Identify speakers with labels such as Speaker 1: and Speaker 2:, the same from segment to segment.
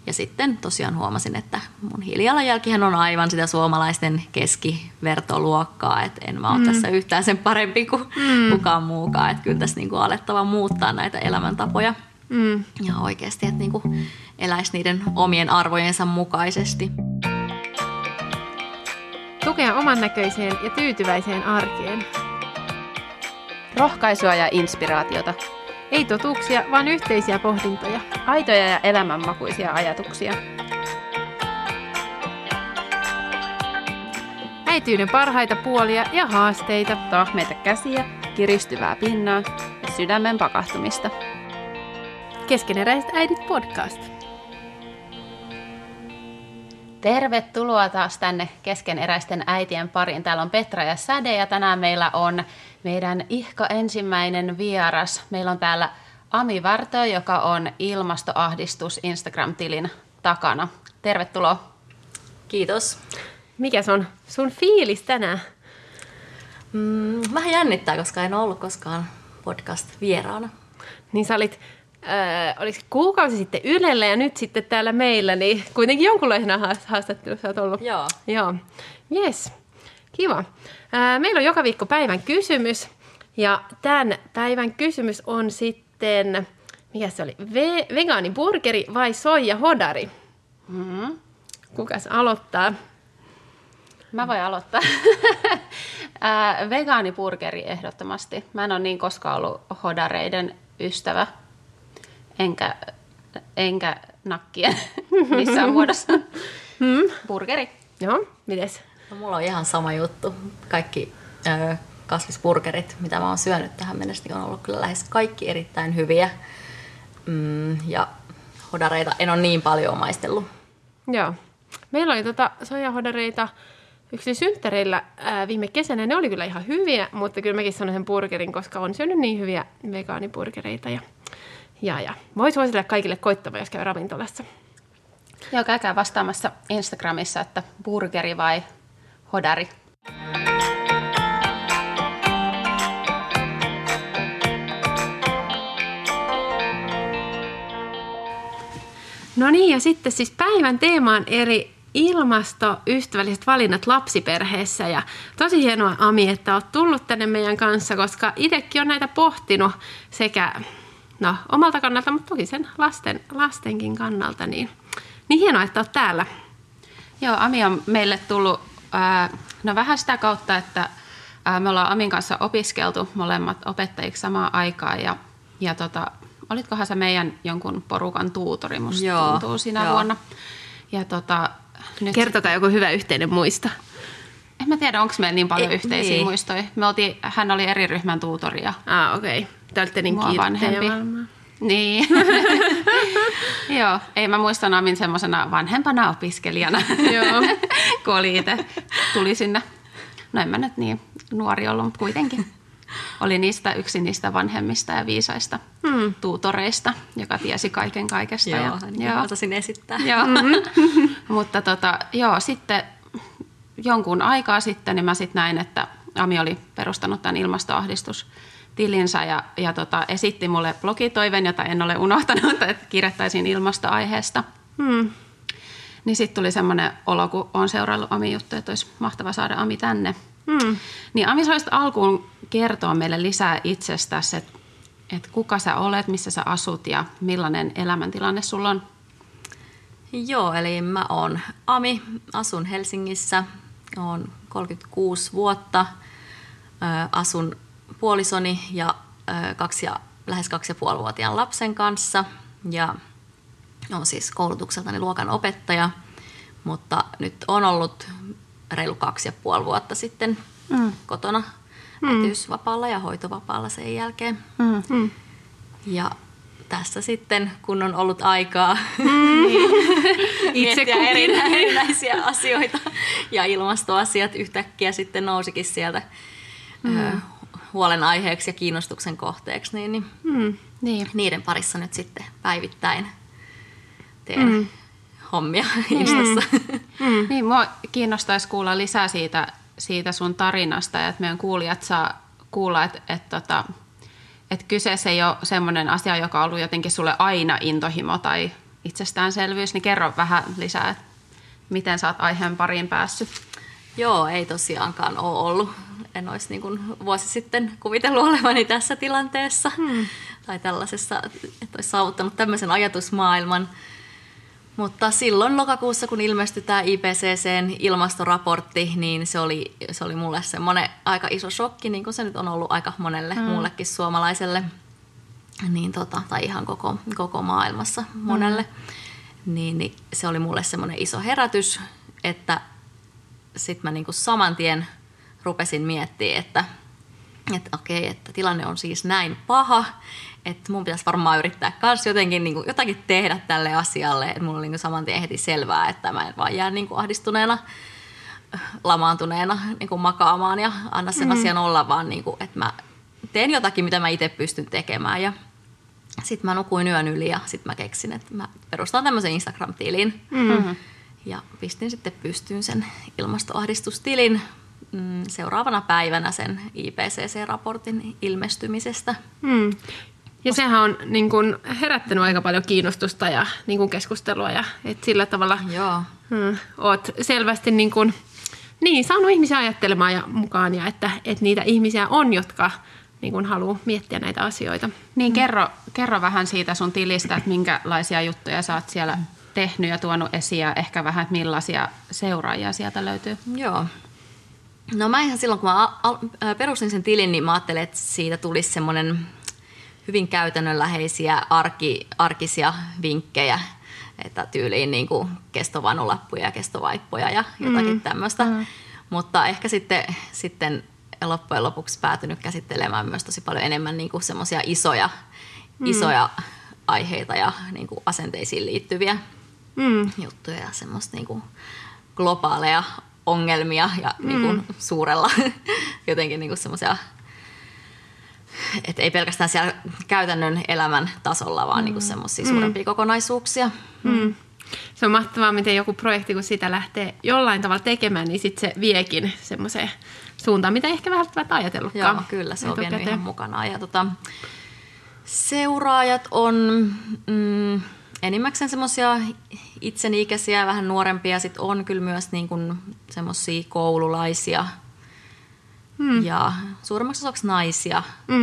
Speaker 1: Ja sitten tosiaan huomasin, että mun hiilijalanjälkihän on aivan sitä suomalaisten keskivertoluokkaa, että en mä ole tässä yhtään sen parempi kuin kukaan muukaan, että kyllä tässä niin kuin alettava muuttaa näitä elämäntapoja ja oikeasti, että niin kuin eläisi niiden omien arvojensa mukaisesti.
Speaker 2: Tukea oman näköiseen ja tyytyväiseen arkeen.
Speaker 3: Rohkaisua ja inspiraatiota.
Speaker 2: Ei totuuksia, vaan yhteisiä pohdintoja.
Speaker 3: Aitoja ja elämänmakuisia ajatuksia.
Speaker 2: Äityyden parhaita puolia ja haasteita.
Speaker 3: Tahmeita käsiä, kiristyvää pinnaa ja sydämen pakahtumista.
Speaker 2: Keskeneräiset äidit podcast.
Speaker 3: Tervetuloa taas tänne keskeneräisten äitien pariin. Täällä on Petra ja Säde ja tänään meillä on meidän ihka ensimmäinen vieras. Meillä on täällä Ami Värtö, joka on ilmastoahdistus Instagram-tilin takana. Tervetuloa.
Speaker 1: Kiitos.
Speaker 2: Mikäs on sun fiilis tänään?
Speaker 1: Vähän jännittää, koska en ollut koskaan podcast-vieraana.
Speaker 2: Niin sä olit, oliko kuukausi sitten Ylellä ja nyt sitten täällä meillä, niin kuitenkin jonkunlaisena haastattelussa olet ollut.
Speaker 1: Joo.
Speaker 2: Yes. Kiva. Meillä on joka viikko päivän kysymys ja tämän päivän kysymys on sitten, mikä se oli, vegaaniburgeri vai soijahodari? Kukas aloittaa?
Speaker 3: Mä voin aloittaa. Vegaaniburgeri ehdottomasti. Mä en ole niin koskaan ollut hodareiden ystävä, enkä nakkien missään muodossa. Burgeri.
Speaker 2: Joo, mites?
Speaker 1: No, mulla on ihan sama juttu. Kaikki kasvisburgerit, mitä mä oon syönyt tähän mennessä, niin on ollut kyllä lähes kaikki erittäin hyviä. Ja hodareita en ole niin paljon maistellut.
Speaker 2: Joo. Meillä oli soijahodareita synttäreillä viime kesänä. Ne oli kyllä ihan hyviä, mutta kyllä mäkin sanoin sen burgerin, koska on syönyt niin hyviä vegaaniburgereita. Ja voi suositella kaikille koittamaan, jos käy ravintolassa.
Speaker 3: Joo, käykää vastaamassa Instagramissa, että burgeri vai hodari.
Speaker 2: No niin, ja sitten siis päivän teema on eri ilmastoystävälliset valinnat lapsiperheessä. Ja tosi hienoa, Ami, että olet tullut tänne meidän kanssa, koska itsekin on näitä pohtinut sekä omalta kannalta, mutta toki sen lastenkin kannalta. Niin hienoa, että olet täällä.
Speaker 3: Joo, Ami on meille tullut vähän sitä kautta, että me ollaan Amin kanssa opiskeltu molemmat opettajiksi samaan aikaan. Ja olitkohan se meidän jonkun porukan tuutori, musta tuntuu siinä vuonna. Ja nyt
Speaker 2: kertokaa joku hyvä yhteinen muisto.
Speaker 3: En mä tiedä, onko meillä niin paljon yhteisiä muistoja. Hän oli eri ryhmän tuutori.
Speaker 2: Okei. Te olitte niin
Speaker 3: vanhempi. Niin. Joo, ei mä muistan Amin semmoisena vanhempana opiskelijana, kun tuli sinne. No en mä nyt niin nuori ollut, mutta kuitenkin. Oli yksi niistä vanhemmista ja viisaista tuutoreista, joka tiesi kaiken kaikesta.
Speaker 1: Joo, osasin esittää.
Speaker 3: Joo. Mutta sitten jonkun aikaa sitten niin mä sitten näin, että Ami oli perustanut tämän ilmastoahdistustilinsä ja esitti mulle blogitoiveen, jota en ole unohtanut, että kirjoittaisin ilmastoaiheesta. Niin sitten tuli semmoinen olo, kun olen seuraillut Amin juttuja, että olisi mahtava saada Ami tänne. Niin Ami, saisit alkuun kertoa meille lisää itsestäsi, että kuka sä olet, missä sä asut ja millainen elämäntilanne sulla on?
Speaker 1: Joo, eli mä oon Ami, asun Helsingissä, oon 36 vuotta, asun puolisoni ja lähes 2,5-vuotiaan lapsen kanssa ja oon siis koulutukseltani luokan opettaja, mutta nyt on ollut reilu 2,5 vuotta sitten kotona äitiysvapaalla ja hoitovapaalla sen jälkeen. Ja tässä sitten, kun on ollut aikaa miettiä erinäisiä asioita ja ilmastoasiat yhtäkkiä sitten nousikin sieltä huolenaiheeksi ja kiinnostuksen kohteeksi, niin niiden parissa nyt sitten päivittäin teen hommia Instassa.
Speaker 3: Niin, mua kiinnostaisi kuulla lisää siitä sun tarinasta ja että meidän kuulijat saa kuulla, että kyseessä ei ole semmoinen asia, joka on ollut jotenkin sulle aina intohimo tai itsestäänselvyys, niin kerro vähän lisää, että miten sä oot aiheen pariin päässyt.
Speaker 1: Joo, ei tosiaankaan ole ollut. En olisi niin kuin vuosi sitten kuvitellut olevani tässä tilanteessa tai tällaisessa, että olisi saavuttanut tämmöisen ajatusmaailman. Mutta silloin lokakuussa, kun ilmestyi tämä IPCC:n ilmastoraportti, niin se oli mulle semmoinen aika iso shokki, niin kuin se nyt on ollut aika monelle muullekin suomalaiselle, niin tai ihan koko maailmassa monelle. Niin se oli mulle semmoinen iso herätys, että sitten mä niin kuin saman tien rupesin miettimään, että okei, että tilanne on siis näin paha, että mun pitäisi varmaan yrittää kanssa jotenkin niin kuin jotakin tehdä tälle asialle. Että mulla oli niin kuin saman tien heti selvää, että mä en vaan jää niin kuin ahdistuneena, lamaantuneena niin kuin makaamaan ja anna sen asian olla, vaan niin kuin, että mä teen jotakin, mitä mä itse pystyn tekemään. Ja sitten mä nukuin yön yli ja sitten mä keksin, että mä perustan tämmöisen Instagram-tilin. Ja pistin sitten pystyyn sen ilmastoahdistustilin seuraavana päivänä sen IPCC-raportin ilmestymisestä.
Speaker 2: Ja sehän on niin kuin herättänyt aika paljon kiinnostusta ja niin kuin keskustelua. Ja että sillä tavalla oot selvästi saanut ihmisiä ajattelemaan ja mukaan. Ja että niitä ihmisiä on, jotka niin kuin haluaa miettiä näitä asioita.
Speaker 3: Niin kerro vähän siitä sun tilistä, että minkälaisia juttuja sä oot siellä tehnyt ja tuonut esiin ja ehkä vähän, että millaisia seuraajia sieltä löytyy.
Speaker 1: Joo. No mä ihan silloin, kun mä perustin sen tilin, niin mä ajattelin, että siitä tulisi semmoinen hyvin käytännönläheisiä arkisia vinkkejä, että tyyliin niin kuin kestovanulappuja ja kestovaippoja ja jotakin tämmöistä. Mutta ehkä sitten loppujen lopuksi päätynyt käsittelemään myös tosi paljon enemmän niin kuin semmoisia isoja aiheita ja niin kuin asenteisiin liittyviä juttuja ja semmoista niin kuin globaaleja ongelmia ja niin kuin suurella jotenkin niin kuin semmoisia, että ei pelkästään siellä käytännön elämän tasolla, vaan niin kuin semmoisia suurempia kokonaisuuksia.
Speaker 2: Se on mahtavaa, miten joku projekti, kun sitä lähtee jollain tavalla tekemään, niin sitten se viekin semmoiseen suuntaan, mitä ehkä välttämättä ajatellutkaan.
Speaker 1: Joo, kyllä, se on vienyt ihan mukana. Ja seuraajat on enimmäkseen semmoisia itseni ikäisiä, vähän nuorempia. Sitten on kyllä myös niin kuin semmoisia koululaisia ja suurimmaksi osaksi naisia,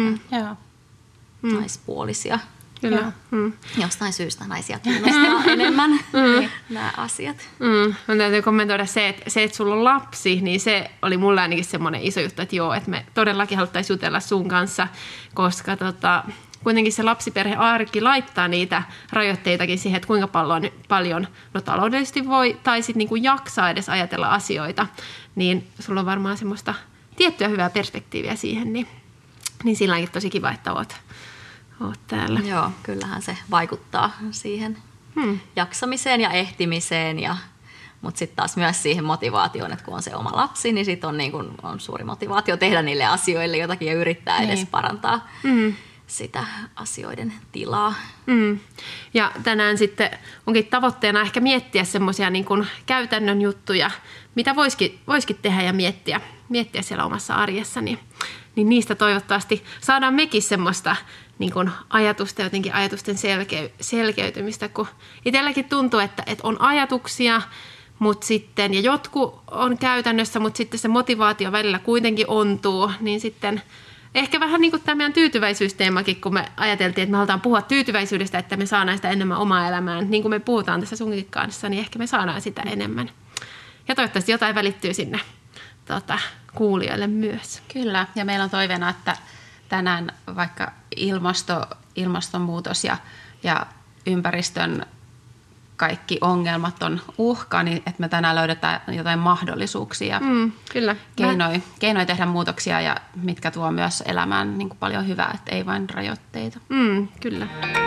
Speaker 1: naispuolisia.
Speaker 2: Kyllä.
Speaker 1: Jostain syystä naisia kiinnostaa enemmän nämä asiat.
Speaker 2: Mä täytyy kommentoida se, että sulla on lapsi, niin se oli mulle ainakin semmoinen iso juttu, että joo, että me todellakin haluttaisiin jutella sun kanssa, koska kuitenkin se lapsiperhearki laittaa niitä rajoitteitakin siihen, että kuinka paljon taloudellisesti voi tai sitten niinku jaksaa edes ajatella asioita, niin sulla on varmaan semmoista tiettyä hyvää perspektiiviä siihen, niin silläkin tosi kiva, että oot täällä.
Speaker 1: Joo, kyllähän se vaikuttaa siihen jaksamiseen ja ehtimiseen, mutta sitten taas myös siihen motivaatioon, että kun on se oma lapsi, niin sitten on suuri motivaatio tehdä niille asioille jotakin ja yrittää edes parantaa sitä asioiden tilaa.
Speaker 2: Ja tänään sitten onkin tavoitteena ehkä miettiä semmoisia niin kuin käytännön juttuja, mitä voisikin tehdä ja miettiä siellä omassa arjessa, niin niistä toivottavasti saadaan mekin semmoista niin kuin ajatusta, jotenkin ajatusten selkeytymistä, kun itselläkin tuntuu, että on ajatuksia, ja jotkut on käytännössä, mutta sitten se motivaatio välillä kuitenkin ontuu, niin sitten ehkä vähän niin kuin tämä meidän tyytyväisyysteemakin, kun me ajateltiin, että me halutaan puhua tyytyväisyydestä, että me saadaan sitä enemmän omaa elämään, niin kuin me puhutaan tässä sunkin kanssa, niin ehkä me saadaan sitä enemmän. Ja toivottavasti jotain välittyy sinne kuulijoille myös.
Speaker 3: Kyllä, ja meillä on toiveena, että tänään vaikka ilmastonmuutos ja ympäristön kaikki ongelmat on uhka, niin että me tänään löydetään jotain mahdollisuuksia
Speaker 2: kyllä.
Speaker 3: Keinoja tehdä muutoksia ja mitkä tuo myös elämään niin kuin paljon hyvää, että ei vain rajoitteita.
Speaker 2: Kyllä.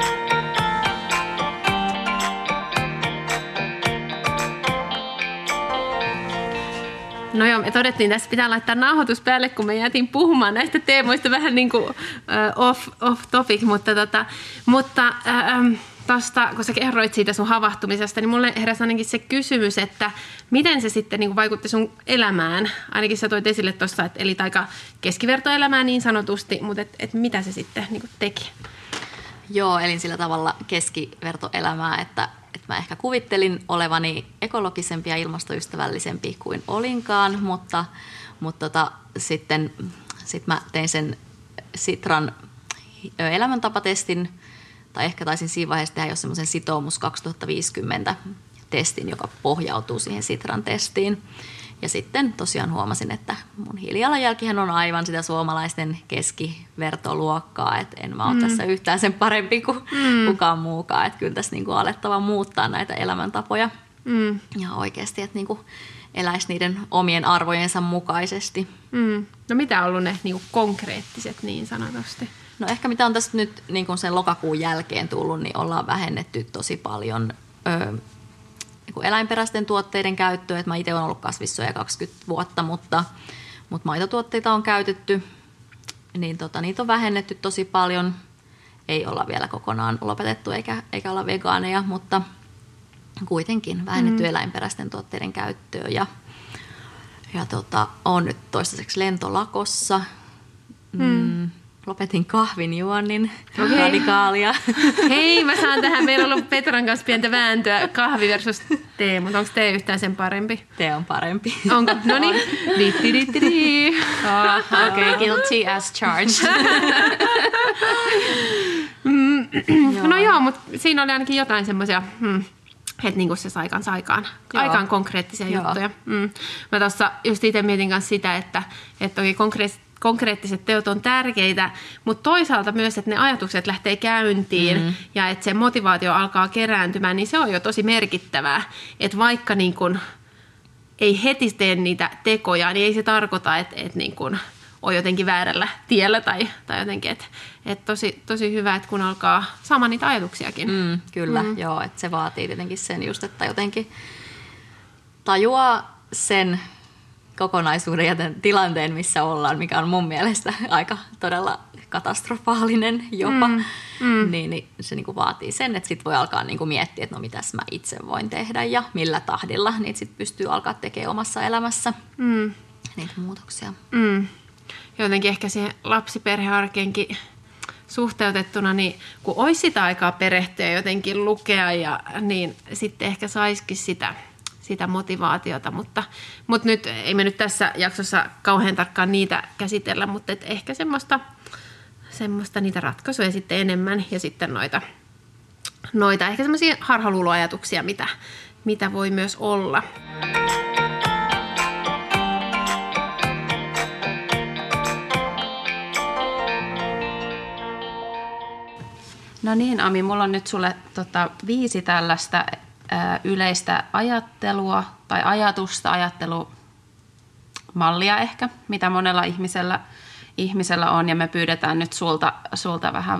Speaker 2: No joo, me todettiin, että tässä pitää laittaa nauhoitus päälle, kun me jäätiin puhumaan näistä teemoista vähän niin kuin off topic, mutta tosta, kun sä kerroit siitä sun havahtumisesta, niin mulle heräsi ainakin se kysymys, että miten se sitten niin kuin vaikutti sun elämään. Ainakin sä toit esille tuossa, että elit aika keskivertoelämää niin sanotusti, mutta et mitä se sitten niin kuin teki?
Speaker 1: Joo, elin sillä tavalla keskivertoelämää, että mä ehkä kuvittelin olevani ekologisempi ja ilmastoystävällisempi kuin olinkaan, mutta sitten mä tein sen Sitran elämäntapatestin, tai ehkä taisin siinä vaiheessa tehdä jo semmoisen sitoumus 2050 testin, joka pohjautuu siihen Sitran testiin. Ja sitten tosiaan huomasin, että mun hiilijalanjälkihän on aivan sitä suomalaisten keskivertoluokkaa, että en mä ole tässä yhtään sen parempi kuin kukaan muukaan, että kyllä tässä niin kuin alettava muuttaa näitä elämäntapoja ja oikeasti, että niin kuin eläisi niiden omien arvojensa mukaisesti.
Speaker 2: No mitä on ollut ne niin kuin konkreettiset niin sanotusti?
Speaker 1: No ehkä mitä on tässä nyt niin kuin sen lokakuun jälkeen tullut, niin ollaan vähennetty tosi paljon eläinperäisten tuotteiden käyttöä. Mä itse olen ollut kasvissyöjä 20 vuotta, mutta maitotuotteita on käytetty, niin niitä on vähennetty tosi paljon. Ei olla vielä kokonaan lopetettu eikä olla vegaaneja, mutta kuitenkin vähennetty eläinperäisten tuotteiden käyttöä. Ja olen nyt toistaiseksi lentolakossa. Lopetin kahvin juonnin, radikaalia.
Speaker 2: Hei, mä saan tähän. Meillä on ollut Petran kanssa pientä vääntöä kahvi versus tee, mutta onko tee yhtään sen parempi?
Speaker 1: Tee on parempi.
Speaker 2: Onko? No niin.
Speaker 3: Okay, guilty as charged.
Speaker 2: No joo, mutta siinä oli ainakin jotain semmoisia, että niinku se sai aikaan konkreettisia juttuja. Mä tuossa just itse mietin kanssa sitä, että toki konkreettiset teot on tärkeitä, mutta toisaalta myös, että ne ajatukset lähtee käyntiin ja että se motivaatio alkaa kerääntymään, niin se on jo tosi merkittävää. Että vaikka niin kun ei heti tee niitä tekoja, niin ei se tarkoita, että niin kun on jotenkin väärällä tiellä tai jotenkin, että tosi hyvä, että kun alkaa saamaan niitä ajatuksiakin.
Speaker 1: Kyllä, joo, että se vaatii tietenkin sen just, että jotenkin tajuaa sen kokonaisuuden ja tilanteen, missä ollaan, mikä on mun mielestä aika todella katastrofaalinen jopa, niin se niinku vaatii sen, että sit voi alkaa niinku miettiä, että no mitäs mä itse voin tehdä ja millä tahdilla niitä sit pystyy alkaa tekemään omassa elämässä niitä muutoksia.
Speaker 2: Jotenkin ehkä siihen lapsiperhearkeenkin suhteutettuna, niin kun olisi sitä aikaa perehtyä ja jotenkin lukea, niin sitten ehkä saisikin sitä motivaatiota, mutta nyt ei me nyt tässä jaksossa kauhean tarkkaan niitä käsitellä, mutta et ehkä semmoista niitä ratkaisuja sitten enemmän ja sitten noita ehkä semmoisia harhaluuloajatuksia, mitä voi myös olla.
Speaker 3: No niin, Ami, mulla on nyt sulle 5 tällaista yleistä ajattelua tai ajattelumallia ehkä, mitä monella ihmisellä on, ja me pyydetään nyt sulta vähän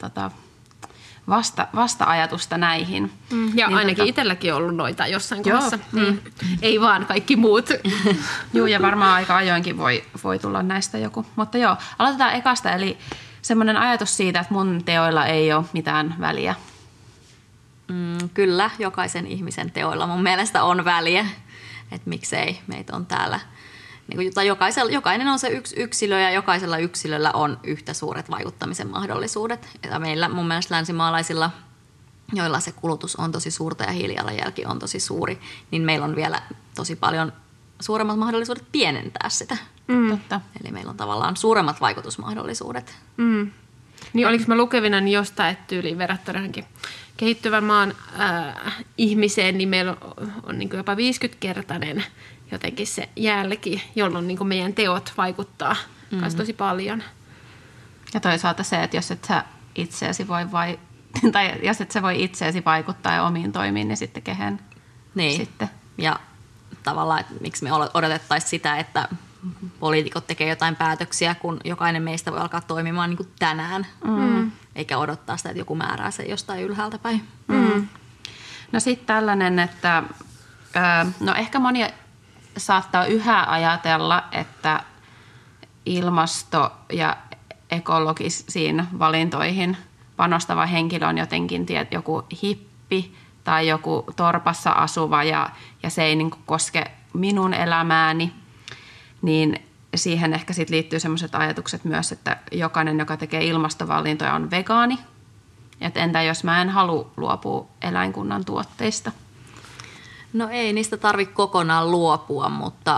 Speaker 3: vasta-ajatusta näihin.
Speaker 2: Ja niin ainakin itselläkin on ollut noita jossain kohdassa. Ei vaan kaikki muut.
Speaker 3: Joo, ja varmaan aika ajoinkin voi tulla näistä joku. Mutta joo, aloitetaan ekasta, eli semmoinen ajatus siitä, että mun teoilla ei ole mitään väliä.
Speaker 1: Kyllä, jokaisen ihmisen teoilla mun mielestä on väliä, että miksei meitä on täällä. Jokainen on se yksi yksilö ja jokaisella yksilöllä on yhtä suuret vaikuttamisen mahdollisuudet. Ja meillä mun mielestä länsimaalaisilla, joilla se kulutus on tosi suurta ja hiilijalanjälki on tosi suuri, niin meillä on vielä tosi paljon suuremmat mahdollisuudet pienentää sitä.
Speaker 3: Totta.
Speaker 1: Eli meillä on tavallaan suuremmat vaikutusmahdollisuudet.
Speaker 2: Niin oliko mä lukevina niin jostain, että tyyliin verrattuna johonkin kehittyvän maan ihmiseen, niin meillä on niin kuin jopa 50-kertainen jotenkin se jälki, jolloin niin kuin meidän teot vaikuttaa myös tosi paljon.
Speaker 3: Ja toisaalta se, että jos et sä itseäsi tai jos et sä voi itseäsi vaikuttaa ja omiin toimiin, niin sitten kehen sitten.
Speaker 1: Ja tavallaan, että miksi me odotettaisiin sitä, että poliitikot tekee jotain päätöksiä, kun jokainen meistä voi alkaa toimimaan niin kuin tänään, eikä odottaa sitä, että joku määrää sen jostain ylhäältä päin.
Speaker 3: No sitten tällainen, että no ehkä moni saattaa yhä ajatella, että ilmasto- ja ekologisiin valintoihin panostava henkilö on jotenkin joku hippi tai joku torpassa asuva ja se ei niin kuin koske minun elämääni. Niin siihen ehkä sit liittyy sellaiset ajatukset myös, että jokainen, joka tekee ilmastovalintoja, on vegaani. Et entä jos mä en halua luopua eläinkunnan tuotteista?
Speaker 1: No ei niistä tarvitse kokonaan luopua, mutta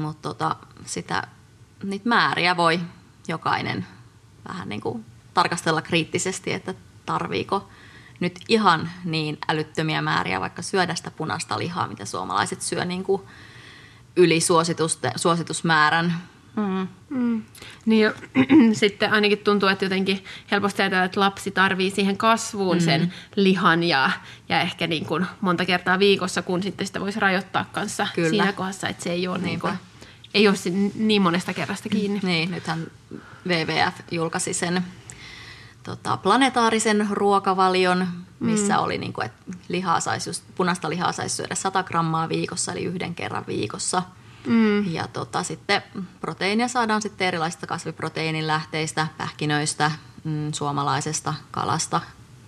Speaker 1: niitä määriä voi jokainen vähän niin kuin tarkastella kriittisesti, että tarviiko nyt ihan niin älyttömiä määriä vaikka syödä sitä punaista lihaa, mitä suomalaiset syö niin kuin yli suositusmäärän.
Speaker 2: Niin jo, sitten ainakin tuntuu, että jotenkin helposti ajatellaan, että lapsi tarvii siihen kasvuun sen lihan ja ehkä niin kuin monta kertaa viikossa, kun sitten sitä voisi rajoittaa kanssa siinä kohdassa, että se ei ole, niin kuin, ei ole niin monesta kerrasta kiinni.
Speaker 1: Niin, nythän WWF julkaisi sen planetaarisen ruokavalion, missä oli, niin kuin, että punaista lihaa saisi syödä 100 grammaa viikossa, eli 1 kerran viikossa. Ja sitten proteiinia saadaan sitten erilaisista kasviproteiinin lähteistä, pähkinöistä, suomalaisesta kalasta.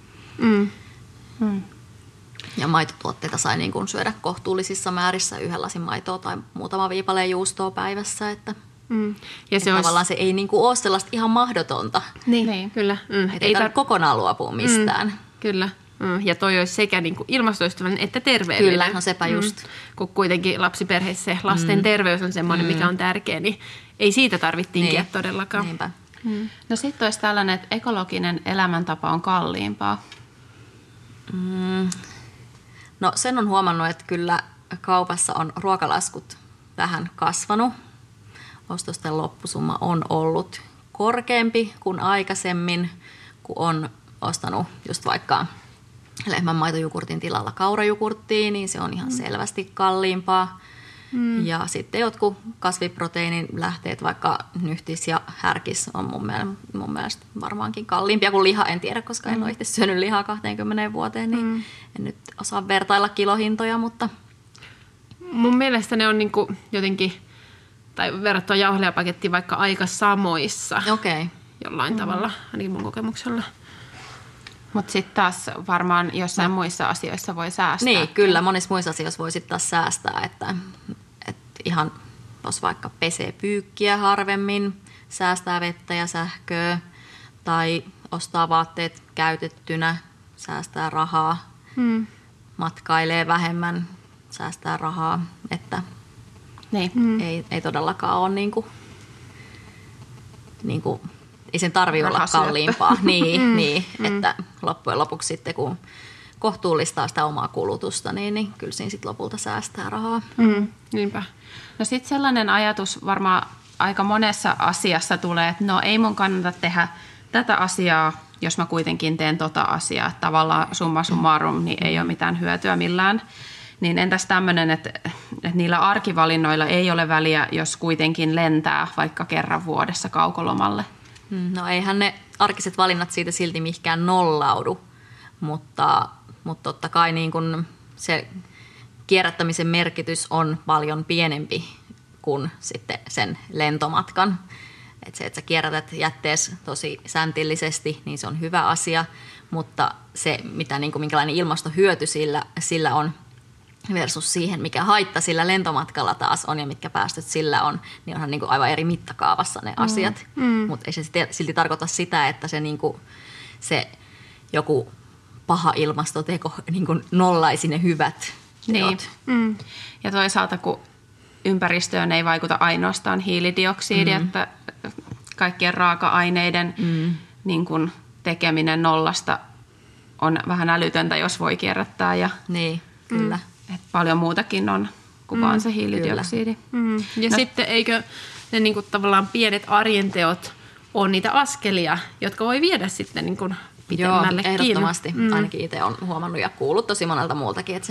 Speaker 1: Ja maitotuotteita sai niin kuin syödä kohtuullisissa määrissä, 1 lasin maitoa tai muutama viipaleen juustoa päivässä. Että
Speaker 2: ja se
Speaker 1: tavallaan se ei niin kuin ole sellaista ihan mahdotonta.
Speaker 2: Niin. Kyllä.
Speaker 1: Ei tarvitse kokonaan luopua mistään.
Speaker 2: Kyllä. Ja toi olisi sekä niin kuin ilmastoystävällinen että terveellinen.
Speaker 1: Kyllä, no sepä just.
Speaker 2: Kun kuitenkin lapsiperheissä se lasten terveys on semmoinen, mikä on tärkeä, niin ei siitä tarvitse tinkiä todellakaan.
Speaker 1: Niinpä.
Speaker 3: No sitten olisi tällainen, että ekologinen elämäntapa on kalliimpaa.
Speaker 1: No sen on huomannut, että kyllä kaupassa on ruokalaskut vähän kasvanut. Ostosten loppusumma on ollut korkeampi kuin aikaisemmin, kun on ostanut just vaikka lehmän maitojogurtin tilalla kaurajogurttia, niin se on ihan selvästi kalliimpaa. Ja sitten jotkut kasviproteiinin lähteet, vaikka nyhtis ja härkis, on mun mielestä varmaankin kalliimpia kuin liha. En tiedä, koska en ole itse syönyt lihaa 20 vuoteen, niin en nyt osaa vertailla kilohintoja, mutta
Speaker 2: mun mielestä ne on niinku jotenkin, tai verrattuna jauhelihapakettiin vaikka aika samoissa jollain tavalla, ainakin mun kokemuksella.
Speaker 3: Mutta sitten taas varmaan jossain muissa asioissa voi säästää.
Speaker 1: Niin, kyllä. Monissa muissa asioissa voi sitten taas säästää, että ihan jos vaikka pesee pyykkiä harvemmin, säästää vettä ja sähköä tai ostaa vaatteet käytettynä, säästää rahaa, matkailee vähemmän, säästää rahaa, että ei todellakaan ole niinku ei sen tarvitse olla kalliimpaa. niin, että loppujen lopuksi sitten kun kohtuullistaa sitä omaa kulutusta, niin kyllä siinä sitten lopulta säästää rahaa.
Speaker 2: Niinpä.
Speaker 3: No sitten sellainen ajatus varmaan aika monessa asiassa tulee, että no ei mun kannata tehdä tätä asiaa, jos mä kuitenkin teen tota asiaa. Tavallaan summa summarum, niin ei ole mitään hyötyä millään. Niin entäs tämmöinen, että niillä arkivalinnoilla ei ole väliä, jos kuitenkin lentää vaikka kerran vuodessa kaukolomalle?
Speaker 1: No eihän ne arkiset valinnat siitä silti mihinkään nollaudu, mutta totta kai niin kun se kierrättämisen merkitys on paljon pienempi kuin sitten sen lentomatkan. Että se, että sä kierrätät jättees tosi säntillisesti, niin se on hyvä asia, mutta se, minkälainen ilmastohyöty sillä on versus siihen, mikä haitta sillä lentomatkalla taas on ja mitkä päästöt sillä on, niin onhan niin kuin aivan eri mittakaavassa ne asiat. Mutta ei se silti tarkoita sitä, että se joku paha ilmastoteko niin kuin nollaisi ne hyvät teot.
Speaker 3: Niin. Ja toisaalta, kun ympäristöön ei vaikuta ainoastaan hiilidioksidi, että kaikkien raaka-aineiden niin kuin tekeminen nollasta on vähän älytöntä, jos voi kierrättää.
Speaker 1: Niin, kyllä.
Speaker 3: Et paljon muutakin on kuin vaan se hiilidioksidi.
Speaker 2: Ja sitten eikö ne niinku tavallaan pienet arjen teot ole niitä askelia, jotka voi viedä sitten niinku pitemmällekin?
Speaker 1: Joo, ehdottomasti. Ainakin itse olen huomannut ja kuullut tosi monelta muultakin, että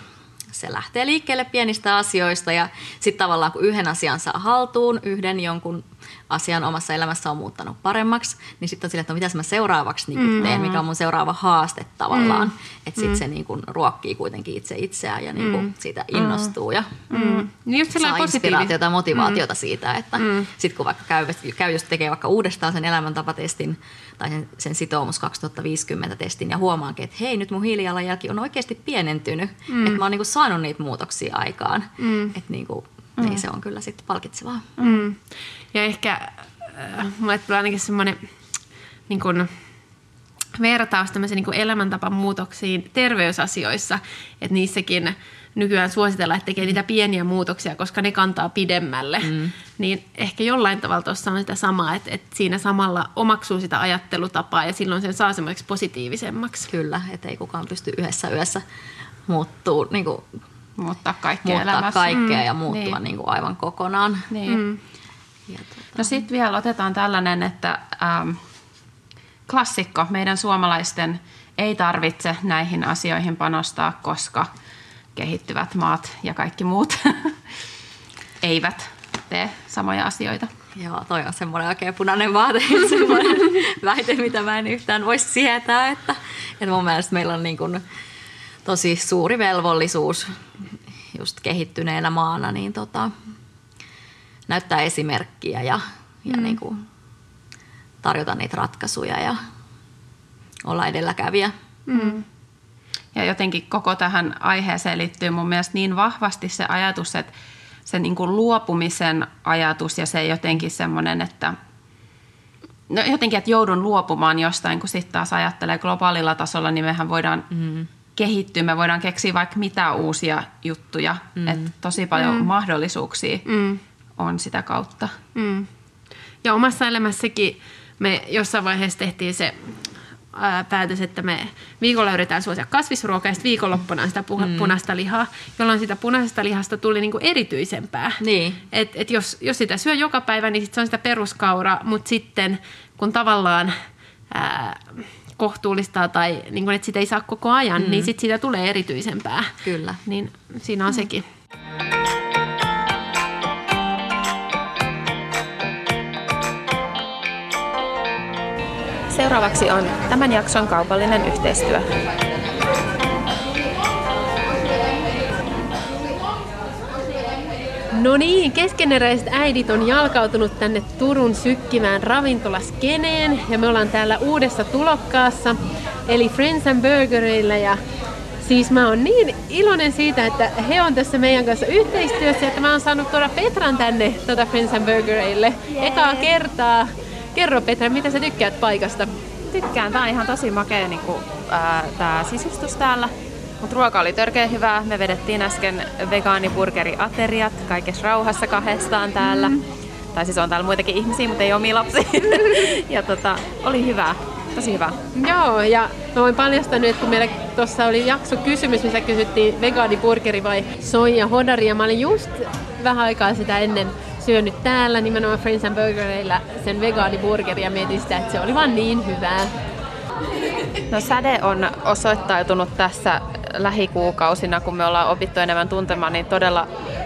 Speaker 1: se lähtee liikkeelle pienistä asioista ja sitten tavallaan kun yhden asian saa haltuun, yhden jonkun asian omassa elämässä on muuttanut paremmaksi, niin sitten on silleen, että mitäs mä seuraavaksi teen, mikä on mun seuraava haaste tavallaan. Että sitten se ruokkii kuitenkin itseään ja siitä innostuu ja
Speaker 2: Niin
Speaker 1: saa inspiraatiota ja motivaatiota siitä, että sitten kun vaikka käy just tekee vaikka uudestaan sen elämäntapatestin tai sen sitoumus 2050 testin ja huomaankin, että hei, nyt mun hiilijalanjälki on oikeasti pienentynyt, että mä oon saanut niitä muutoksia aikaan, että niin se on kyllä sitten palkitsevaa.
Speaker 2: Ja ehkä mulle tulee ainakin semmoinen niin kuin vertaus tämmöisiin niin kuin elämäntapamuutoksiin terveysasioissa, että niissäkin nykyään suositellaan, että tekee niitä pieniä muutoksia, koska ne kantaa pidemmälle. Niin ehkä jollain tavalla tuossa on sitä samaa, että siinä samalla omaksuu sitä ajattelutapaa ja silloin sen saa semmoiseksi positiivisemmaksi.
Speaker 1: Kyllä, että ei kukaan pysty yhdessä yössä
Speaker 3: muuttaa kaikkea
Speaker 1: kaikkea ja muuttua niin kuin aivan kokonaan.
Speaker 3: Niin. No sitten vielä otetaan tällainen, että klassikko, meidän suomalaisten ei tarvitse näihin asioihin panostaa, koska kehittyvät maat ja kaikki muut eivät tee samoja asioita.
Speaker 1: Joo, toi on semmoinen oikein punainen vaate, semmoinen väite, mitä mä en yhtään voi sietää, että mun mielestä meillä on niin kuin tosi suuri velvollisuus just kehittyneenä maana niin näyttää esimerkkiä ja niin kuin tarjota niitä ratkaisuja ja olla edelläkävijä.
Speaker 3: Ja jotenkin koko tähän aiheeseen liittyy mun mielestä niin vahvasti se ajatus, että se niin kuin luopumisen ajatus ja se jotenkin semmoinen, että no jotenkin, että joudun luopumaan jostain, kun sitten taas ajattelee globaalilla tasolla, niin mehän voidaan kehittyä, me voidaan keksiä vaikka mitä uusia juttuja, että tosi paljon mahdollisuuksia on sitä kautta.
Speaker 2: Ja omassa elämässäkin me jossain vaiheessa tehtiin se päätös, että me viikolla yritetään suosia kasvisruokaa ja sitten viikonloppuna sitä punaista lihaa, jolloin sitä punaisesta lihasta tuli niinku erityisempää.
Speaker 1: Niin.
Speaker 2: Et jos sitä syö joka päivä, niin sit se on sitä peruskauraa, mutta sitten kun tavallaan kohtuullistaa tai niin että sitä ei saa koko ajan, niin sitten siitä tulee erityisempää.
Speaker 1: Kyllä.
Speaker 2: Niin siinä on sekin.
Speaker 3: Seuraavaksi on tämän jakson kaupallinen yhteistyö.
Speaker 2: No niin, keskeneräiset äidit on jalkautunut tänne Turun sykkivään ravintolaskeneen ja me ollaan täällä uudessa tulokkaassa, eli Friends and Burgerilla ja siis mä oon niin iloinen siitä, että he on tässä meidän kanssa yhteistyössä, että mä oon saanut tuoda Petran tänne Friends and Burgerille ekaa kertaa. Kerro Petra, mitä sä tykkäät paikasta?
Speaker 4: Tykkään. Tää on ihan tosi makea tää sisustus täällä. Mut ruoka oli törkeä hyvää. Me vedettiin äsken vegaaniburgeriateriat kaikessa rauhassa kahdestaan täällä. Tai siis on täällä muitakin ihmisiä, mutta ei omia lapsia. Ja oli hyvää. Tosi hyvä.
Speaker 2: Joo, ja mä voin paljastaa nyt, kun meillä tuossa oli jakso kysymys, missä kysyttiin vegaaniburgeri vai soija hodari. Ja mä olin just vähän aikaa sitä ennen syönyt täällä nimenomaan Friends and Burgerilla sen vegaaniburgeri ja mietin sitä, että se oli vaan niin hyvää.
Speaker 4: No Säde on osoittautunut tässä lähikuukausina, kun me ollaan opittu enemmän tuntemaan, niin todella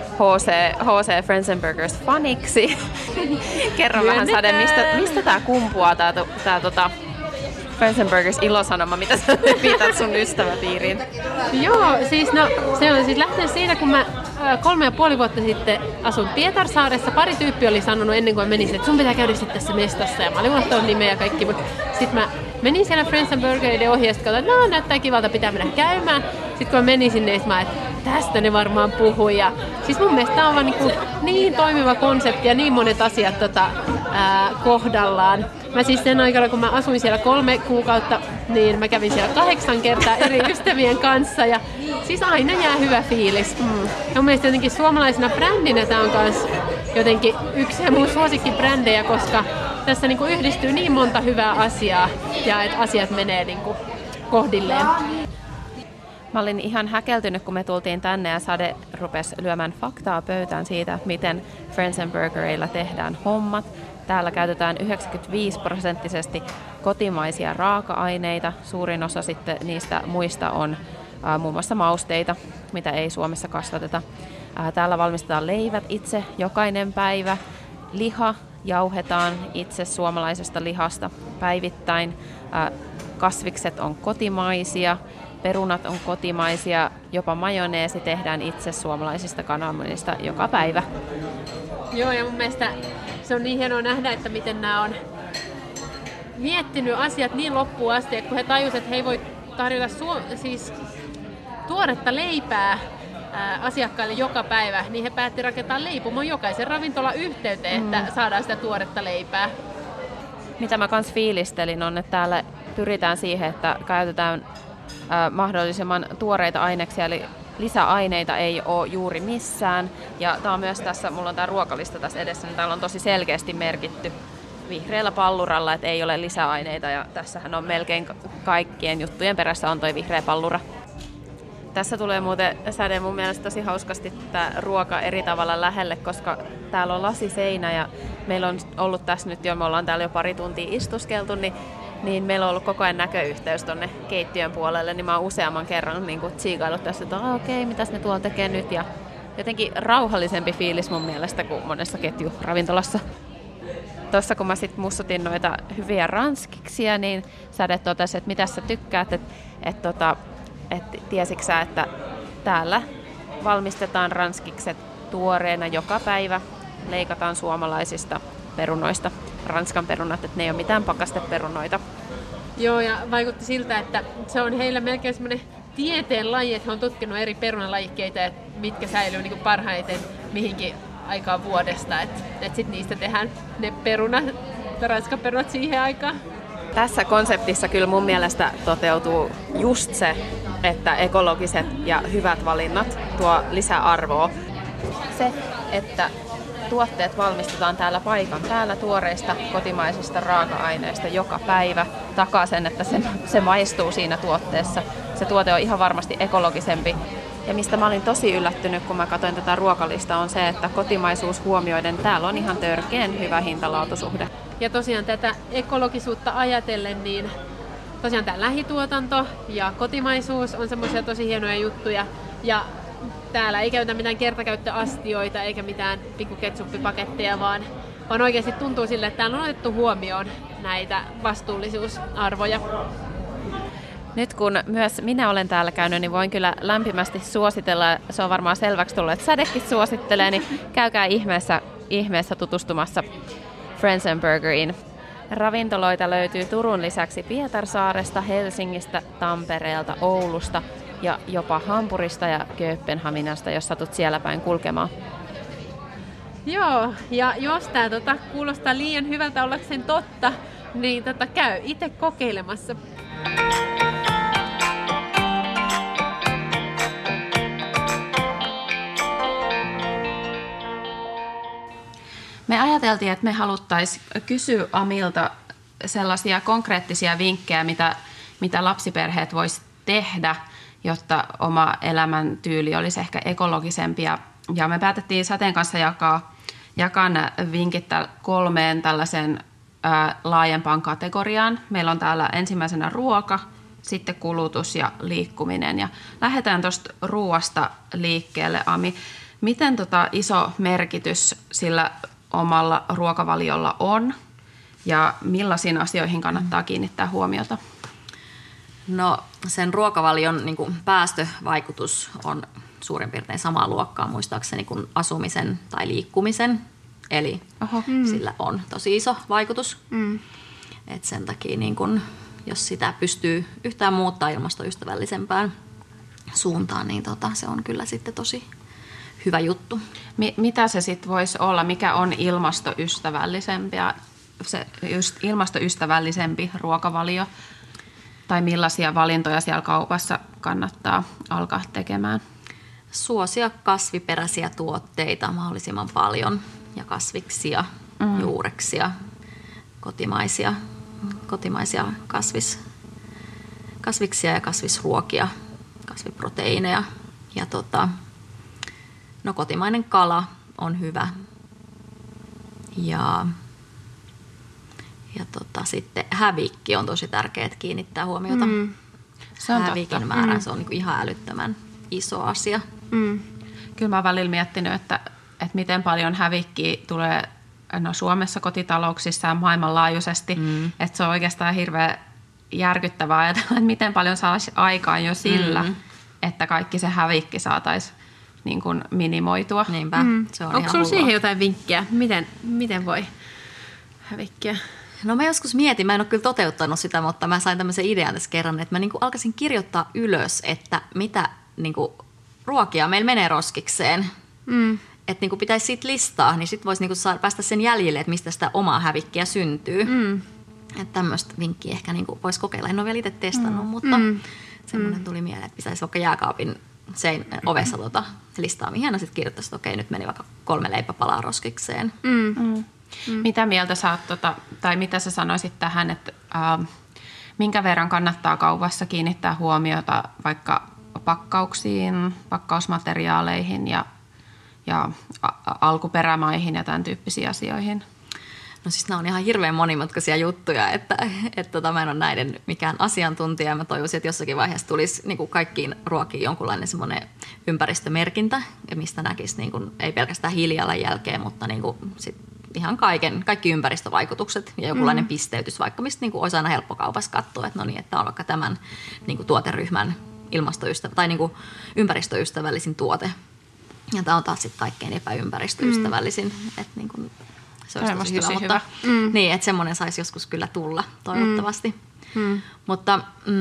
Speaker 4: HC Friends and Burgers faniksi. Kerro vähän Säde, mistä tää kumpuaa, tää Friends and Burgers ilosanoma, mitä sä viitat sun ystäväpiiriin?
Speaker 2: Joo, siis se on siis lähtenyt siitä, kun mä 3,5 vuotta sitten asun Pietarsaaressa. Pari tyyppiä oli sanonut ennen kuin mä menin, että sun pitää käydä sitten tässä mestassa. Ja mä olin unohtanut nimeä ja kaikki, mutta sitten mä menin siellä Friends and Burgeriden ohi ja sitten katsoin, että näyttää kivalta, pitää mennä käymään. Sitten kun mä menin sinne, niin mä että tästä ne varmaan puhuu. Ja siis mun mielestä tää on vaan niin toimiva konsepti ja niin monet asiat kohdallaan. Mä siis sen aikana, kun mä asuin siellä 3 kuukautta, niin mä kävin siellä 8 kertaa eri ystävien kanssa ja siis aina jää hyvä fiilis. Ja mun mielestä jotenkin suomalaisena brändinä tää on kans jotenkin yksi mun suosikkibrändejä, koska tässä yhdistyy niin monta hyvää asiaa ja että asiat menee kohdilleen.
Speaker 4: Mä olin ihan häkeltynyt, kun me tultiin tänne ja Sade rupesi lyömään faktaa pöytään siitä, miten Friends and Burgerilla tehdään hommat. Täällä käytetään 95% kotimaisia raaka-aineita. Suurin osa sitten niistä muista on muun muassa mausteita, mitä ei Suomessa kasvateta. Täällä valmistetaan leivät itse jokainen päivä. Liha jauhetaan itse suomalaisesta lihasta päivittäin. Kasvikset on kotimaisia, perunat on kotimaisia, jopa majoneesi tehdään itse suomalaisista kananmunista joka päivä.
Speaker 2: Joo, ja mun mielestä se on niin hienoa nähdä, että miten nämä on miettinyt asiat niin loppuun asti, että kun he tajusivat, että he ei voi tarjota siis tuoretta leipää asiakkaille joka päivä, niin he päätti rakentaa leipomon jokaisen ravintolan yhteyteen, että saadaan sitä tuoretta leipää.
Speaker 4: Mitä mä kans fiilistelin on, että täällä pyritään siihen, että käytetään mahdollisimman tuoreita aineksia, eli lisäaineita ei ole juuri missään. Ja tämä on myös tässä, mulla on tämä ruokalista tässä edessä, niin täällä on tosi selkeästi merkitty vihreällä palluralla, että ei ole lisäaineita. Ja tässähän on melkein kaikkien juttujen perässä on toi vihreä pallura. Tässä tulee muuten Säde mun mielestä tosi hauskasti tämä ruoka eri tavalla lähelle, koska täällä on lasiseinä ja meillä on ollut tässä nyt jo, me ollaan täällä jo pari tuntia istuskeltu, niin meillä on ollut koko ajan näköyhteys tonne keittiön puolelle, niin mä oon useamman kerran niin tsiikaillut tässä, että okei, mitäs ne tuolla tekee nyt, ja jotenkin rauhallisempi fiilis mun mielestä kuin monessa ketjuravintolassa. Tuossa kun mä sit mussutin noita hyviä ranskiksia, niin Säde totesi, että mitä sä tykkäät, että tiesitkö sä, että täällä valmistetaan ranskikset tuoreena joka päivä, leikataan suomalaisista perunoista, ranskan perunat, että ne ei ole mitään pakasteperunoita.
Speaker 2: Joo, ja vaikutti siltä, että se on heillä melkein semmoinen tieteen laji, että he on tutkinut eri perunalajikkeita, että mitkä säilyy niin kuin parhaiten mihinkin aikaan vuodesta, että sitten niistä tehdään ne perunat, ranskan perunat siihen aikaan.
Speaker 4: Tässä konseptissa kyllä mun mielestä toteutuu just se, että ekologiset ja hyvät valinnat tuo lisäarvoa. Se, että tuotteet valmistetaan täällä paikan päällä tuoreista kotimaisista raaka-aineista joka päivä, takaa sen, että se maistuu siinä tuotteessa. Se tuote on ihan varmasti ekologisempi. Ja mistä mä olin tosi yllättynyt, kun mä katsoin tätä ruokalistaa, on se, että kotimaisuus huomioiden täällä on ihan törkeän hyvä hinta-laatusuhde.
Speaker 2: Ja tosiaan tätä ekologisuutta ajatellen, niin tosiaan tämä lähituotanto ja kotimaisuus on semmoisia tosi hienoja juttuja. Ja täällä ei käytä mitään kertakäyttöastioita eikä mitään pikkuketsuppipaketteja, vaan oikeasti tuntuu sille, että täällä on otettu huomioon näitä vastuullisuusarvoja.
Speaker 4: Nyt kun myös minä olen täällä käynyt, niin voin kyllä lämpimästi suositella, se on varmaan selväksi tullut, että Sädekin suosittelee, niin käykää ihmeessä tutustumassa Friends & Burgeriin. Ravintoloita löytyy Turun lisäksi Pietarsaaresta, Helsingistä, Tampereelta, Oulusta ja jopa Hampurista ja Kööpenhaminasta, jos satut siellä päin kulkemaan.
Speaker 2: Joo, ja jos tämä kuulostaa liian hyvältä ollakseen totta, niin käy itse kokeilemassa.
Speaker 3: Me ajateltiin, että me haluttaisiin kysyä Amilta sellaisia konkreettisia vinkkejä, mitä lapsiperheet vois tehdä, jotta oma elämäntyyli olisi ehkä ekologisempi. Ja me päätettiin Säteen kanssa jakaa nämä vinkit 3 tällaiseen laajempaan kategoriaan. Meillä on täällä ensimmäisenä ruoka, sitten kulutus ja liikkuminen. Ja lähdetään tuosta ruoasta liikkeelle, Ami. Miten iso merkitys sillä omalla ruokavaliolla on ja millaisiin asioihin kannattaa kiinnittää huomiota?
Speaker 1: No sen ruokavalion niin kuin päästövaikutus on suurin piirtein samaa luokkaa muistaakseni kuin asumisen tai liikkumisen. Eli sillä on tosi iso vaikutus. Et sen takia niin kun, jos sitä pystyy yhtään muuttaa ilmastoystävällisempään suuntaan, niin se on kyllä sitten tosi hyvä juttu.
Speaker 3: Mitä se sitten voisi olla? Mikä on ilmastoystävällisempi ruokavalio? Tai millaisia valintoja siellä kaupassa kannattaa alkaa tekemään?
Speaker 1: Suosia kasviperäisiä tuotteita mahdollisimman paljon ja kasviksia, juureksia, kotimaisia kasviksia ja kasvisruokia, kasviproteiineja. Ja kotimainen kala on hyvä. Ja sitten hävikki on tosi tärkeää kiinnittää huomiota. Hävikin määrän, se on niin kuin ihan älyttömän iso asia.
Speaker 3: Kyllä mä oon välillä miettinyt, että miten paljon hävikkiä tulee Suomessa kotitalouksissa ja maailmanlaajuisesti. Että se on oikeastaan hirveän järkyttävää ajatella, että miten paljon saisi aikaan jo sillä, että kaikki se hävikki saataisiin niin kuin minimoitua.
Speaker 1: Niinpä, se on
Speaker 2: Onko sulla siihen jotain vinkkejä? Miten voi hävikkiä?
Speaker 1: No mä joskus mietin, mä en ole kyllä toteuttanut sitä, mutta mä sain tämmöisen idean tässä kerran, että mä niin kuin alkaisin kirjoittaa ylös, että mitä niin kuin ruokia meillä menee roskikseen. Että niin kuin pitäisi siitä listaa, niin sitten voisi niin kuin päästä sen jäljille, että mistä sitä omaa hävikkiä syntyy. Että tämmöistä vinkkiä ehkä niin voisi kokeilla. En ole vielä itse testannut, mutta semmoinen tuli mieleen, että pitäisi vaikka jääkaapin ovessa listaa, mihin sitten kirjoittaisi, että okei, nyt meni vaikka 3 leipäpalaa roskikseen.
Speaker 3: Mitä mieltä sä oot, tai mitä sä sanoisit tähän, että minkä verran kannattaa kaupassa kiinnittää huomiota vaikka pakkauksiin, pakkausmateriaaleihin ja alkuperämaihin ja tämän tyyppisiin asioihin?
Speaker 1: No siis nämä on ihan hirveän monimutkaisia juttuja, että mä en ole näiden mikään asiantuntija. Mä toivoisin, että jossakin vaiheessa tulisi niin kuin kaikkiin ruokiin jonkunlainen semmoinen ympäristömerkintä, mistä näkisi niin kuin, ei pelkästään hiilijalanjälkeen, mutta niin kuin sit ihan kaikki ympäristövaikutukset ja jonkunlainen pisteytys, vaikka mistä niin kuin olisi aina helppo kaupassa katsoa, että no niin, että on vaikka tämän niin kuin tuoteryhmän tai niin kuin ympäristöystävällisin tuote. Ja tämä on taas sitten kaikkein epäympäristöystävällisin, että niin kuin se olisi tosi hyvä, mutta niin, että semmoinen saisi joskus kyllä tulla toivottavasti. Mutta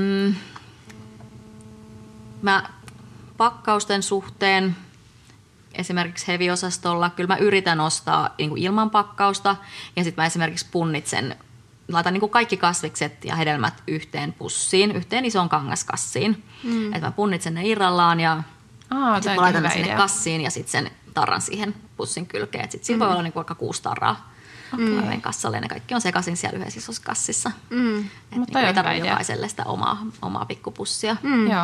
Speaker 1: mä pakkausten suhteen esimerkiksi heavy-osastolla kyllä mä yritän ostaa niin kuin ilman pakkausta ja sitten mä esimerkiksi laitan niin kuin kaikki kasvikset ja hedelmät yhteen pussiin, yhteen isoon kangaskassiin. Että mä punnitsen ne irrallaan ja sitten mä laitan ne sinne kassiin ja sitten sen tarran siihen pussin kylkeen. Sitten siinä voi olla niin kuin vaikka 6 tarraa kassalle ja ne kaikki on sekaisin siellä yhdessä isossa kassissa. Mutta niin ei tarvitse jokaiselle sitä omaa pikkupussia.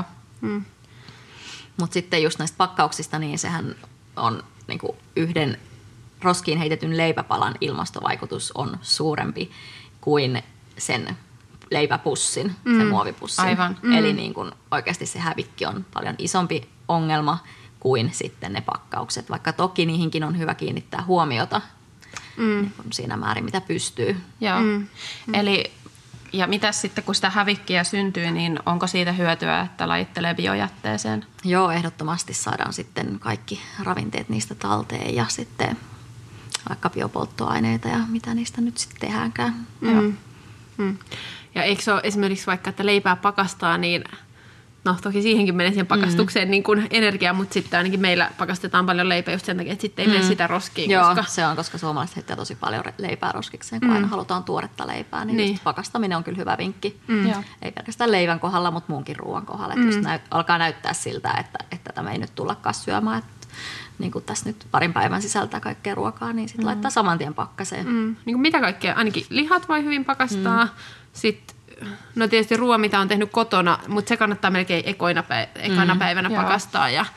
Speaker 1: Mutta sitten just näistä pakkauksista, niin sehän on niin kuin yhden roskiin heitetyn leipäpalan ilmastovaikutus on suurempi kuin sen leipäpussin, sen muovipussin.
Speaker 3: Aivan.
Speaker 1: Eli niin kuin oikeasti se hävikki on paljon isompi ongelma kuin sitten ne pakkaukset, vaikka toki niihinkin on hyvä kiinnittää huomiota niin kuin siinä määrin, mitä pystyy.
Speaker 3: Joo. Eli ja mitäs sitten, kun sitä hävikkiä syntyy, niin onko siitä hyötyä, että lajittelee biojätteeseen?
Speaker 1: Joo, ehdottomasti saadaan sitten kaikki ravinteet niistä talteen ja sitten vaikka biopolttoaineita ja mitä niistä nyt sitten tehdäänkään.
Speaker 2: Ja eikö se ole esimerkiksi vaikka, että leipää pakastaa, niin no toki siihenkin menee siihen pakastukseen niin kuin energiaa, mutta sitten ainakin meillä pakastetaan paljon leipää just sen takia, että sitten ei mene sitä roskiin.
Speaker 1: Joo, se on, koska suomalaiset heittää tosi paljon leipää roskikseen, kun aina halutaan tuoretta leipää, niin just pakastaminen on kyllä hyvä vinkki. Ei pelkästään leivän kohdalla, mutta muunkin ruoan kohdalla. Että just alkaa näyttää siltä, että tämä ei nyt tullakaan syömään, että niin kuin tässä nyt parin päivän sisältää kaikkea ruokaa, niin sitten laittaa saman tien pakkaseen. Niin
Speaker 2: kuin mitä kaikkea? Ainakin lihat voi hyvin pakastaa, sitten no tietysti ruoa, mitä on tehnyt kotona, mutta se kannattaa melkein ekana päivänä pakastaa ja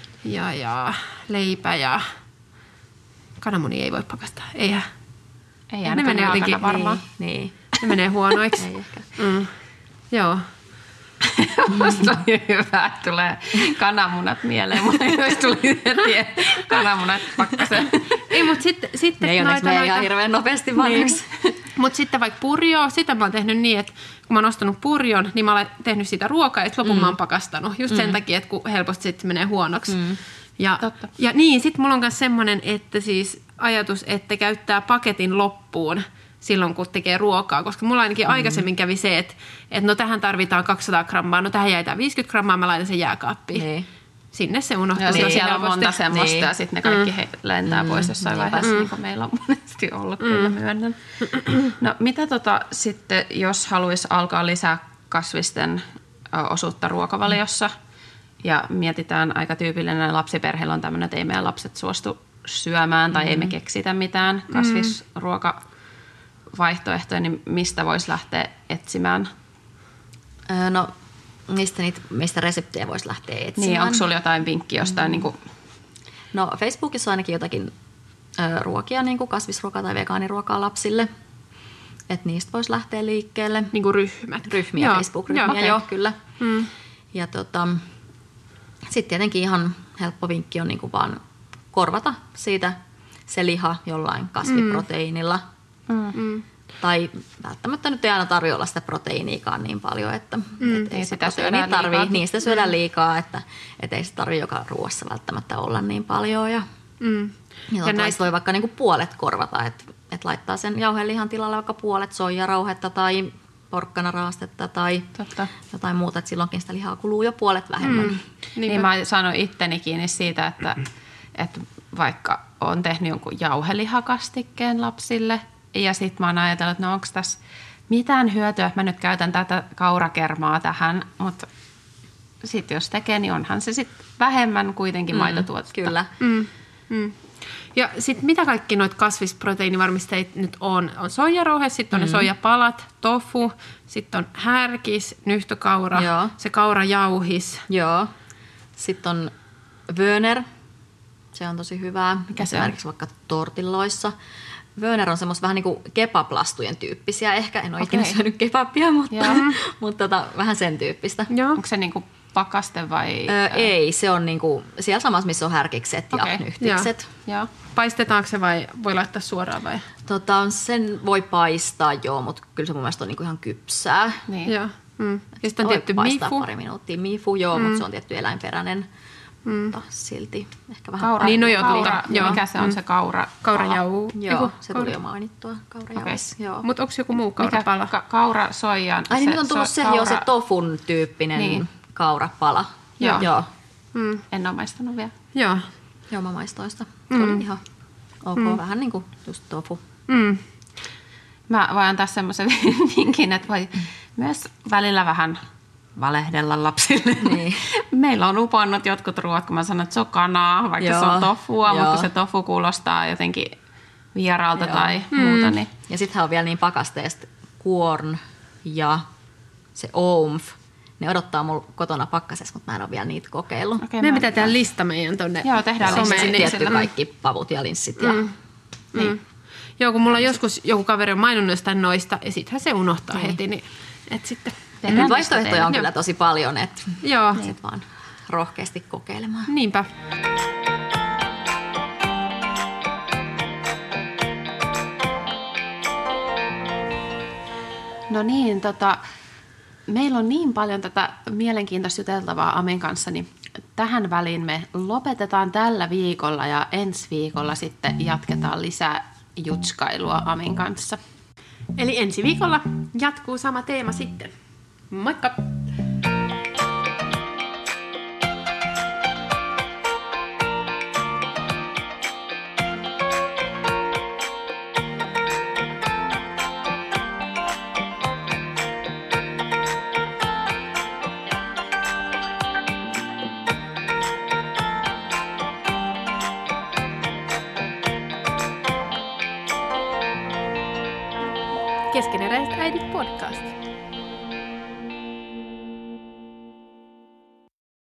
Speaker 2: leipä ja kananmuni ei voi pakastaa. Eihän.
Speaker 3: Ei ne menee jotenkin varmaan.
Speaker 1: Niin.
Speaker 2: Ne menee huonoiksi.
Speaker 1: Ei ehkä.
Speaker 2: Joo.
Speaker 3: Musta on hyvä, että tulee kananmunat mieleen. Mulla ei tuli heti kananmunat pakkaseen.
Speaker 2: Ei, mutta sitten
Speaker 1: ne ei onneksi mene ihan hirveän nopeasti vanhaksi.
Speaker 2: Mutta sitten vaikka purjoa, sitä mä oon tehnyt niin, että kun mä oon ostanut purjon, niin mä oon tehnyt siitä ruokaa ja lopun mä oon pakastanut. Just sen takia, että kun helposti sitten menee huonoksi. Ja niin, sitten mulla on myös semmoinen, että siis ajatus, että käyttää paketin loppuun silloin, kun tekee ruokaa. Koska mulla ainakin aikaisemmin kävi se, että no tähän tarvitaan 200 grammaa, no tähän jäitään 50 grammaa, mä laitan sen jääkaappiin. Niin. Sinne se unohtuu.
Speaker 3: Ja siellä on monta semmoista ja sitten ne kaikki lentää pois jossain vaiheessa, niin kuin meillä on monesti ollut, kyllä myönnän. No mitä sitten, jos haluaisi alkaa lisää kasvisten osuutta ruokavaliossa ja mietitään, aika tyypillinen lapsiperheellä on tämmöinen, että ei meidän lapset suostu syömään tai ei me keksitä mitään kasvisruokavaihtoehtoja, niin mistä voisi lähteä etsimään?
Speaker 1: No mistä reseptejä voisi lähteä etsimään.
Speaker 3: Niin, onko sulla jotain vinkkiä jostain? Niin kuin...
Speaker 1: No Facebookissa on ainakin jotakin ruokia, niin kuin kasvisruokaa tai vegaaniruokaa lapsille. Että niistä voisi lähteä liikkeelle.
Speaker 2: Niin kuin ryhmät.
Speaker 1: Ryhmiä, joo. Facebook-ryhmiä, joo, kyllä. Ja sitten tietenkin ihan helppo vinkki on niin kuin vaan korvata siitä se liha jollain kasviproteiinilla. Tai välttämättä nyt ei aina tarvitse olla sitä proteiiniikaan niin paljon, että ei sitä proteiinia tarvitse. Niistä syödään liikaa, että ei se tarvitse joka ruoassa välttämättä olla niin paljon. Ja näistä voi vaikka niinku puolet korvata, että laittaa sen jauhelihan tilalle vaikka puolet soijarauhetta tai porkkanaraastetta tai jotain muuta, että silloinkin sitä lihaa kuluu jo puolet vähemmän.
Speaker 3: Niin mä sanon itteni kiinni siitä, että vaikka on tehnyt jonkun jauhelihakastikkeen lapsille, ja sitten mä oon ajatellut, että no onko tässä mitään hyötyä, että mä nyt käytän tätä kaurakermaa tähän, mutta sitten jos tekee, niin onhan se sitten vähemmän kuitenkin maitotuotetta.
Speaker 1: Kyllä.
Speaker 2: Ja sitten mitä kaikki noita kasvisproteiinivarmisteita nyt on? On soijarouhe, sitten on ne soijapalat, tofu, sitten on härkis, nyhtökaura,
Speaker 1: Joo.
Speaker 2: se kaurajauhis.
Speaker 1: Joo. Sitten on Wöner. Se on tosi hyvää.
Speaker 3: Mikä se
Speaker 1: esimerkiksi vaikka tortilloissa. Wöner on semmoista vähän niin kuin kebablastujen tyyppisiä. Ehkä en ole ikinä syönyt kebabia, mutta vähän sen tyyppistä.
Speaker 2: Joo.
Speaker 3: Onko se niinku pakaste vai?
Speaker 1: Ei, se on niinku siellä samassa, missä on härkikset ja nyhtikset.
Speaker 3: Joo.
Speaker 2: Paistetaanko se vai voi laittaa suoraan vai?
Speaker 1: Sen voi paistaa joo, mutta kyllä se mun mielestä on niinku ihan kypsää.
Speaker 3: Niin.
Speaker 2: Joo. Ja sitten on
Speaker 1: Voi
Speaker 2: tietty
Speaker 1: paistaa
Speaker 2: mifu.
Speaker 1: pari minuuttia. Mifu, joo, mutta se on tietty eläinperäinen. Mutta silti ehkä vähän...
Speaker 3: Kaura,
Speaker 2: Niin, no joo,
Speaker 3: kaura,
Speaker 2: joo.
Speaker 3: mikä se on se kaura?
Speaker 2: Kaurajauhu.
Speaker 1: Joo, se tuli jo mainittua. Kaurajauhis, joo.
Speaker 2: Mutta onko joku muu kaurapala?
Speaker 3: Kaura, soijan.
Speaker 1: Ai niin nyt on tullut se tofun tyyppinen
Speaker 3: Niin.
Speaker 1: kaurapala.
Speaker 3: Joo.
Speaker 1: Joo.
Speaker 3: En ole maistanut vielä.
Speaker 2: Joo.
Speaker 1: Joo, mä maistoin sitä. Se oli ihan ok, vähän niin kuin just tofu.
Speaker 3: Mä voin antaa semmoisen vinkin, että voi myös välillä vähän valehdella lapsille.
Speaker 1: Niin.
Speaker 3: Meillä on uponnut jotkut ruoat, kun mä sanon, että se on kanaa, vaikka
Speaker 1: Joo.
Speaker 3: se on tofua,
Speaker 1: Joo.
Speaker 3: mutta se tofu kuulostaa jotenkin vieraalta
Speaker 1: Joo.
Speaker 3: tai muuta. Niin.
Speaker 1: Ja sittenhän on vielä niin pakasteesta Quorn ja se Omf. Ne odottaa mulla kotona pakkasessa, mutta mä en ole vielä niitä kokeillut.
Speaker 3: Okei,
Speaker 2: Meidän
Speaker 3: mä-
Speaker 2: pitää tehdä lista meidän tonne
Speaker 3: Joo, tehdään
Speaker 2: someen,
Speaker 3: lista.
Speaker 2: niin
Speaker 1: Tietty
Speaker 3: sillä-
Speaker 1: kaikki pavut ja linssit. Ja...
Speaker 3: Niin.
Speaker 2: Joo, kun mulla on joskus joku kaveri on maininnut jostain noista, ja sittenhän se unohtaa heti, niin et sitten...
Speaker 1: Nyt vaihtoehtoja on
Speaker 2: Joo.
Speaker 1: kyllä tosi paljon, että
Speaker 2: Joo,
Speaker 1: sit vaan rohkeasti kokeilemaan.
Speaker 2: niinpä.
Speaker 3: No niin, meillä on niin paljon tätä mielenkiintoista juteltavaa Amin kanssa, niin tähän väliin me lopetetaan tällä viikolla ja ensi viikolla sitten jatketaan lisää jutskailua Amin kanssa.
Speaker 2: Eli ensi viikolla jatkuu sama teema sitten. Moikka! Keskeneräiset äidit podcast.